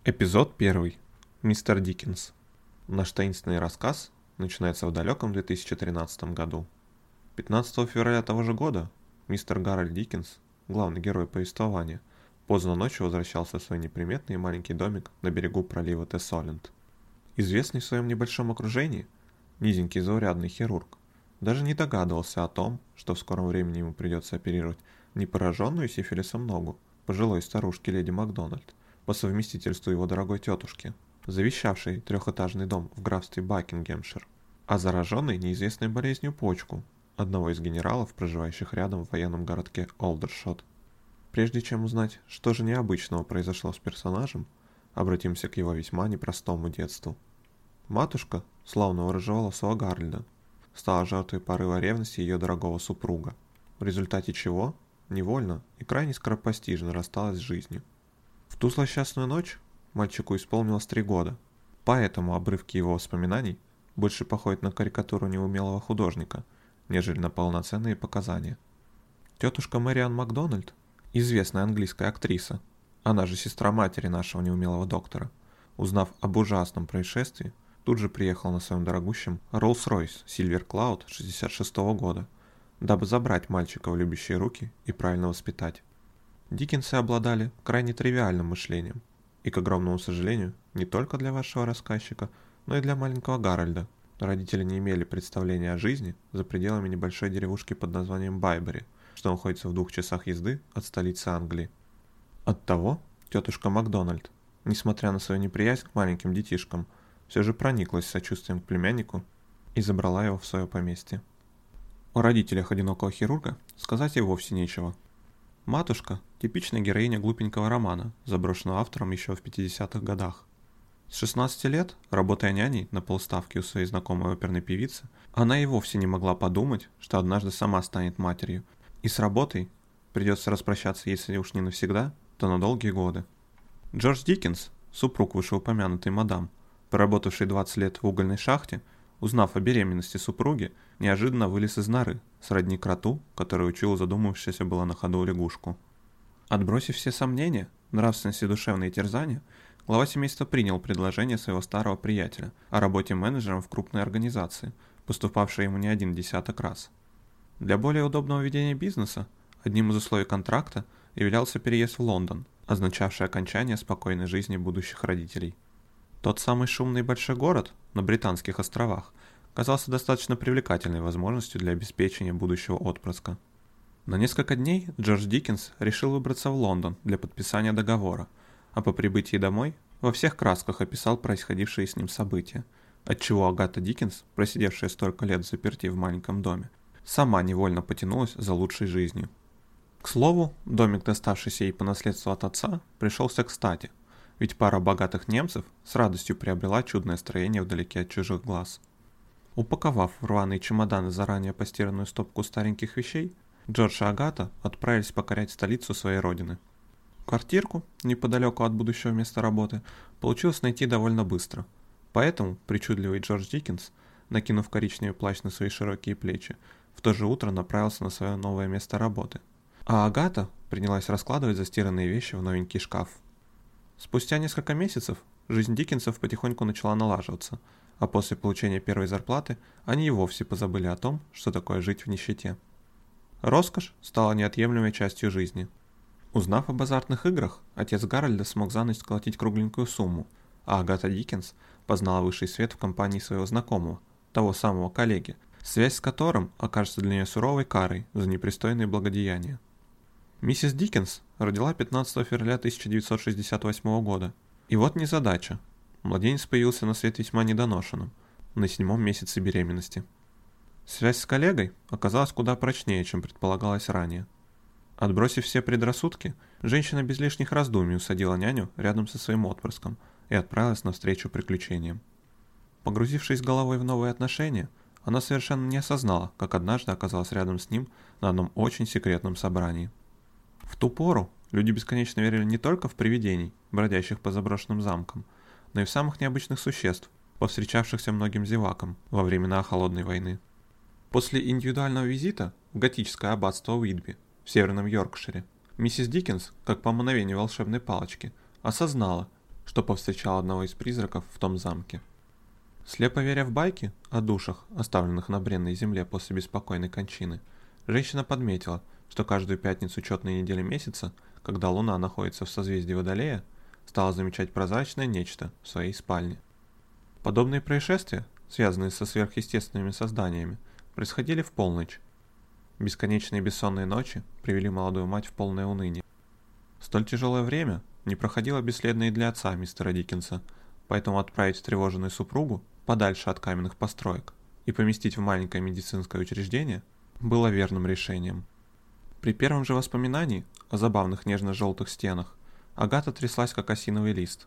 Эпизод 1. Мистер Диккенс. Наш таинственный рассказ начинается в далеком 2013 году. 15 февраля того же года мистер Гарольд Диккенс, главный герой повествования, поздно ночью возвращался в свой неприметный маленький домик на берегу пролива Тесоленд. Известный в своем небольшом окружении, низенький заурядный хирург даже не догадывался о том, что в скором времени ему придется оперировать не пораженную сифилисом ногу пожилой старушки леди Макдональд, по совместительству его дорогой тетушки, завещавшей трехэтажный дом в графстве Бакингемшир, а зараженной неизвестной болезнью почку одного из генералов, проживающих рядом в военном городке Олдершот. Прежде чем узнать, что же необычного произошло с персонажем, обратимся к его весьма непростому детству. Матушка славного рыжеволосого Гарольда стала жертвой порыва ревности ее дорогого супруга, в результате чего невольно и крайне скоропостижно рассталась с жизнью. В ту злосчастную ночь мальчику исполнилось 3 года, поэтому обрывки его воспоминаний больше походят на карикатуру неумелого художника, нежели на полноценные показания. Тетушка Мэриан Макдональд, известная английская актриса, она же сестра матери нашего неумелого доктора, узнав об ужасном происшествии, тут же приехала на своем дорогущем Rolls-Royce Silver Cloud 66 года, дабы забрать мальчика в любящие руки и правильно воспитать. Диккенсы обладали крайне тривиальным мышлением, и, к огромному сожалению, не только для вашего рассказчика, но и для маленького Гарольда. Родители не имели представления о жизни за пределами небольшой деревушки под названием Байбери, что находится в 2 часах езды от столицы Англии. Оттого тетушка Макдональд, несмотря на свою неприязнь к маленьким детишкам, все же прониклась сочувствием к племяннику и забрала его в свое поместье. О родителях одинокого хирурга сказать и вовсе нечего. Матушка – типичная героиня глупенького романа, заброшенного автором еще в 50-х годах. С 16 лет, работая няней на полставки у своей знакомой оперной певицы, она и вовсе не могла подумать, что однажды сама станет матерью, и с работой придется распрощаться, если уж не навсегда, то на долгие годы. Джордж Диккенс, супруг вышеупомянутой мадам, проработавший 20 лет в угольной шахте, узнав о беременности супруги, неожиданно вылез из норы, сродни кроту, который учил задумавшуюся было на ходу лягушку. Отбросив все сомнения, нравственность и душевные терзания, глава семейства принял предложение своего старого приятеля о работе менеджером в крупной организации, поступавшей ему не один десяток раз. Для более удобного ведения бизнеса одним из условий контракта являлся переезд в Лондон, означавший окончание спокойной жизни будущих родителей. Тот самый шумный большой город на Британских островах казался достаточно привлекательной возможностью для обеспечения будущего отпрыска. На несколько дней Джордж Диккенс решил выбраться в Лондон для подписания договора, а по прибытии домой во всех красках описал происходившие с ним события, отчего Агата Диккенс, просидевшая столько лет взаперти в маленьком доме, сама невольно потянулась за лучшей жизнью. К слову, домик, доставшийся ей по наследству от отца, пришелся кстати, ведь пара богатых немцев с радостью приобрела чудное строение вдалеке от чужих глаз. Упаковав в рваные чемоданы заранее постиранную стопку стареньких вещей, Джордж и Агата отправились покорять столицу своей родины. Квартирку, неподалеку от будущего места работы, получилось найти довольно быстро, поэтому причудливый Джордж Диккенс, накинув коричневый плащ на свои широкие плечи, в то же утро направился на свое новое место работы, а Агата принялась раскладывать застиранные вещи в новенький шкаф. Спустя несколько месяцев жизнь Диккенсов потихоньку начала налаживаться, а после получения первой зарплаты они и вовсе позабыли о том, что такое жить в нищете. Роскошь стала неотъемлемой частью жизни. Узнав об азартных играх, отец Гарольда смог за ночь сколотить кругленькую сумму, а Агата Диккенс познала высший свет в компании своего знакомого, того самого коллеги, связь с которым окажется для нее суровой карой за непристойные благодеяния. Миссис Диккенс родила 15 февраля 1968 года. И вот незадача. Младенец появился на свет весьма недоношенным, на 7-м месяце беременности. Связь с коллегой оказалась куда прочнее, чем предполагалось ранее. Отбросив все предрассудки, женщина без лишних раздумий усадила няню рядом со своим отпрыском и отправилась навстречу приключениям. Погрузившись головой в новые отношения, она совершенно не осознала, как однажды оказалась рядом с ним на одном очень секретном собрании. В ту пору люди бесконечно верили не только в привидений, бродящих по заброшенным замкам, но и в самых необычных существ, повстречавшихся многим зевакам во времена Холодной войны. После индивидуального визита в готическое аббатство Уитби в северном Йоркшире, миссис Диккенс, как по мановению волшебной палочки, осознала, что повстречал одного из призраков в том замке. Слепо веря в байки о душах, оставленных на бренной земле после беспокойной кончины, женщина подметила, что каждую пятницу четной недели месяца, когда луна находится в созвездии Водолея, стала замечать прозрачное нечто в своей спальне. Подобные происшествия, связанные со сверхъестественными созданиями, происходили в полночь. Бесконечные бессонные ночи привели молодую мать в полное уныние. Столь тяжелое время не проходило бесследно и для отца мистера Диккенса, поэтому отправить встревоженную супругу подальше от каменных построек и поместить в маленькое медицинское учреждение было верным решением. При первом же воспоминании о забавных нежно-желтых стенах Агата тряслась, как осиновый лист.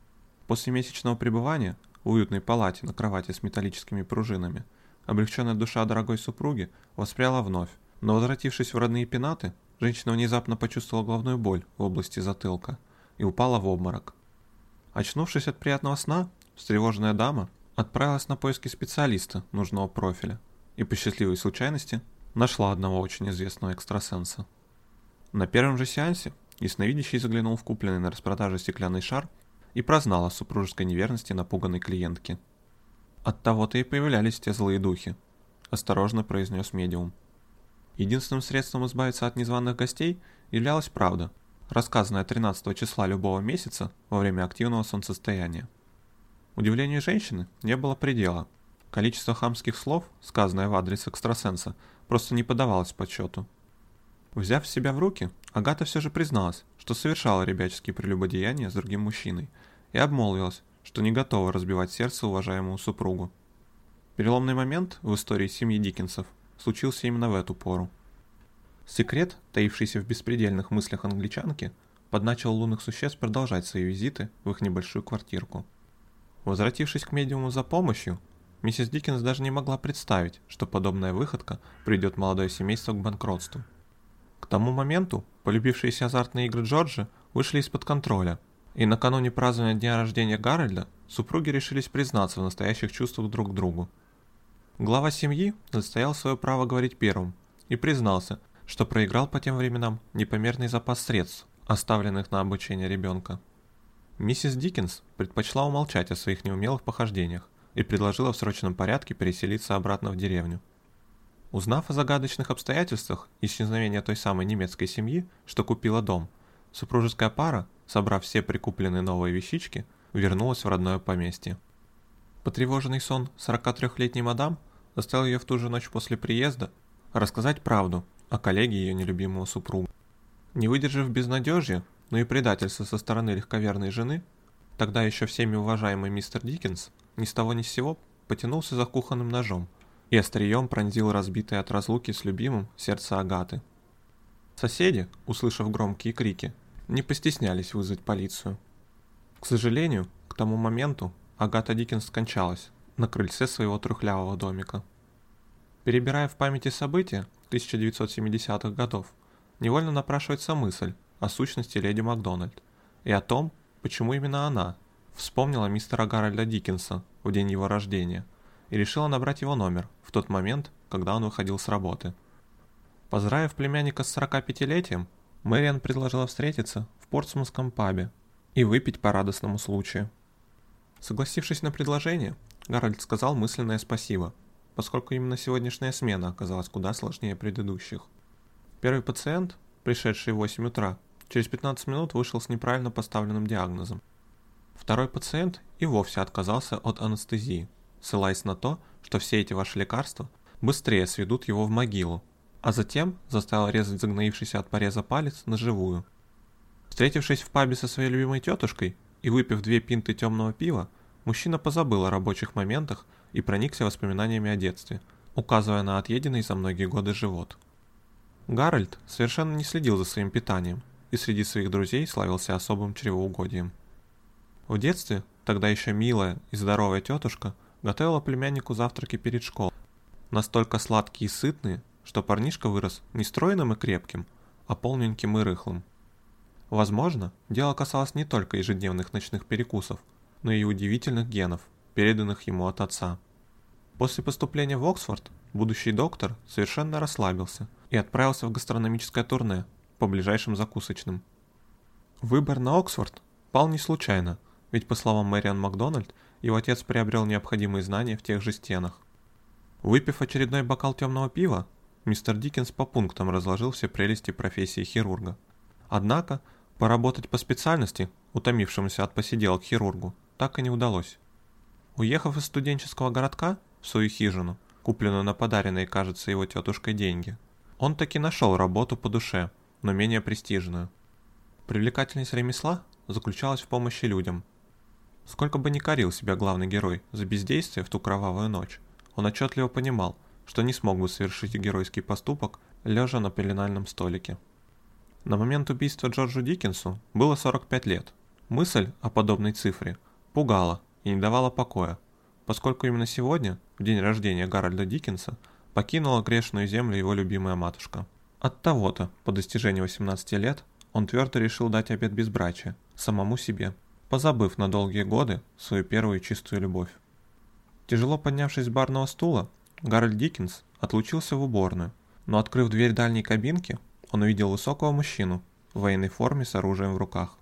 После месячного пребывания в уютной палате на кровати с металлическими пружинами облегченная душа дорогой супруги воспряла вновь, но, возвратившись в родные пенаты, женщина внезапно почувствовала головную боль в области затылка и упала в обморок. Очнувшись от приятного сна, встревоженная дама отправилась на поиски специалиста нужного профиля и по счастливой случайности нашла одного очень известного экстрасенса. На первом же сеансе ясновидящий заглянул в купленный на распродаже стеклянный шар и прознал о супружеской неверности напуганной клиентки. «Оттого-то и появлялись те злые духи», – осторожно произнес медиум. Единственным средством избавиться от незваных гостей являлась правда, рассказанная 13 числа любого месяца во время активного солнцестояния. Удивлению женщины не было предела. Количество хамских слов, сказанное в адрес экстрасенса, просто не поддавалось подсчету. Взяв себя в руки, Агата все же призналась, что совершала ребяческие прелюбодеяния с другим мужчиной, и обмолвилась, что не готова разбивать сердце уважаемому супругу. Переломный момент в истории семьи Диккенсов случился именно в эту пору. Секрет, таившийся в беспредельных мыслях англичанки, подначил лунных существ продолжать свои визиты в их небольшую квартирку. Возвратившись к медиуму за помощью, миссис Диккенс даже не могла представить, что подобная выходка приведет молодое семейство к банкротству. К тому моменту полюбившиеся азартные игры Джорджа вышли из-под контроля, и накануне празднования дня рождения Гарольда супруги решились признаться в настоящих чувствах друг к другу. Глава семьи отстоял свое право говорить первым и признался, что проиграл по тем временам непомерный запас средств, оставленных на обучение ребенка. Миссис Диккенс предпочла умолчать о своих неумелых похождениях и предложила в срочном порядке переселиться обратно в деревню. Узнав о загадочных обстоятельствах исчезновения той самой немецкой семьи, что купила дом, супружеская пара, собрав все прикупленные новые вещички, вернулась в родное поместье. Потревоженный сон 43-летней мадам заставил ее в ту же ночь после приезда рассказать правду о коллеге ее нелюбимого супруга. Не выдержав безнадежья, но и предательства со стороны легковерной жены, тогда еще всеми уважаемый мистер Диккенс ни с того ни с сего потянулся за кухонным ножом и острием пронзил разбитое от разлуки с любимым сердце Агаты. Соседи, услышав громкие крики, не постеснялись вызвать полицию. К сожалению, к тому моменту Агата Диккенс скончалась на крыльце своего трухлявого домика. Перебирая в памяти события 1970-х годов, невольно напрашивается мысль о сущности леди Макдональд и о том, почему именно она вспомнила мистера Гарольда Диккенса в день его рождения и решила набрать его номер в тот момент, когда он выходил с работы. Поздравив племянника с 45-летием, Мэриан предложила встретиться в портсмутском пабе и выпить по радостному случаю. Согласившись на предложение, Гарольд сказал мысленное спасибо, поскольку именно сегодняшняя смена оказалась куда сложнее предыдущих. Первый пациент, пришедший в 8 утра, через 15 минут вышел с неправильно поставленным диагнозом. Второй пациент и вовсе отказался от анестезии, ссылаясь на то, что все эти ваши лекарства быстрее сведут его в могилу, а затем заставил резать загноившийся от пореза палец на живую. Встретившись в пабе со своей любимой тетушкой и выпив 2 пинты темного пива, мужчина позабыл о рабочих моментах и проникся воспоминаниями о детстве, указывая на отъеденный за многие годы живот. Гарольд совершенно не следил за своим питанием и среди своих друзей славился особым чревоугодием. В детстве тогда еще милая и здоровая тетушка готовила племяннику завтраки перед школой, настолько сладкие и сытные, что парнишка вырос не стройным и крепким, а полненьким и рыхлым. Возможно, дело касалось не только ежедневных ночных перекусов, но и удивительных генов, переданных ему от отца. После поступления в Оксфорд будущий доктор совершенно расслабился и отправился в гастрономическое турне по ближайшим закусочным. Выбор на Оксфорд пал не случайно, ведь, по словам Мэриан Макдональд, его отец приобрел необходимые знания в тех же стенах. Выпив очередной бокал темного пива, мистер Диккенс по пунктам разложил все прелести профессии хирурга. Однако, поработать по специальности, утомившемуся от посиделок хирургу, так и не удалось. Уехав из студенческого городка в свою хижину, купленную на подаренные, кажется, его тетушкой деньги, он таки нашел работу по душе, но менее престижную. Привлекательность ремесла заключалась в помощи людям. Сколько бы ни корил себя главный герой за бездействие в ту кровавую ночь, он отчетливо понимал, что не смог бы совершить геройский поступок, лежа на пеленальном столике. На момент убийства Джорджу Диккенсу было 45 лет. Мысль о подобной цифре пугала и не давала покоя, поскольку именно сегодня, в день рождения Гарольда Диккенса, покинула грешную землю его любимая матушка. Оттого-то, по достижении 18 лет, он твердо решил дать обет безбрачия самому себе, позабыв на долгие годы свою первую чистую любовь. Тяжело поднявшись с барного стула, Гарольд Диккенс отлучился в уборную, но, открыв дверь дальней кабинки, он увидел высокого мужчину в военной форме с оружием в руках.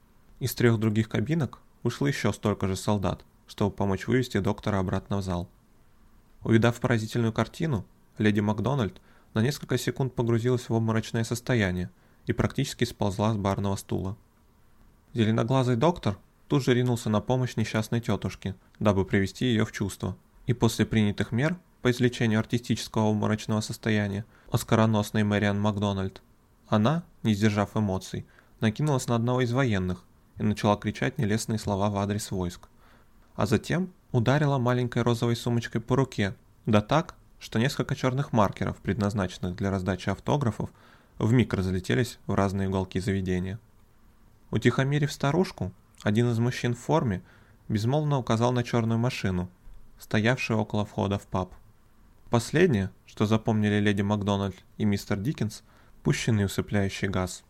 Из 3 других кабинок вышло еще столько же солдат, чтобы помочь вывести доктора обратно в зал. Увидав поразительную картину, леди Макдональд на несколько секунд погрузилась в обморочное состояние и практически сползла с барного стула. Зеленоглазый доктор тут же ринулся на помощь несчастной тетушке, дабы привести ее в чувство, и после принятых мер по излечению артистического обморочного состояния оскароносной Мэриан Макдональд, она, не сдержав эмоций, накинулась на одного из военных и начала кричать нелестные слова в адрес войск, а затем ударила маленькой розовой сумочкой по руке, да так, что несколько черных маркеров, предназначенных для раздачи автографов, вмиг разлетелись в разные уголки заведения. Утихомирив старушку, один из мужчин в форме безмолвно указал на черную машину, стоявшую около входа в паб. Последнее, что запомнили леди Макдональд и мистер Диккенс, пущенный усыпляющий газ.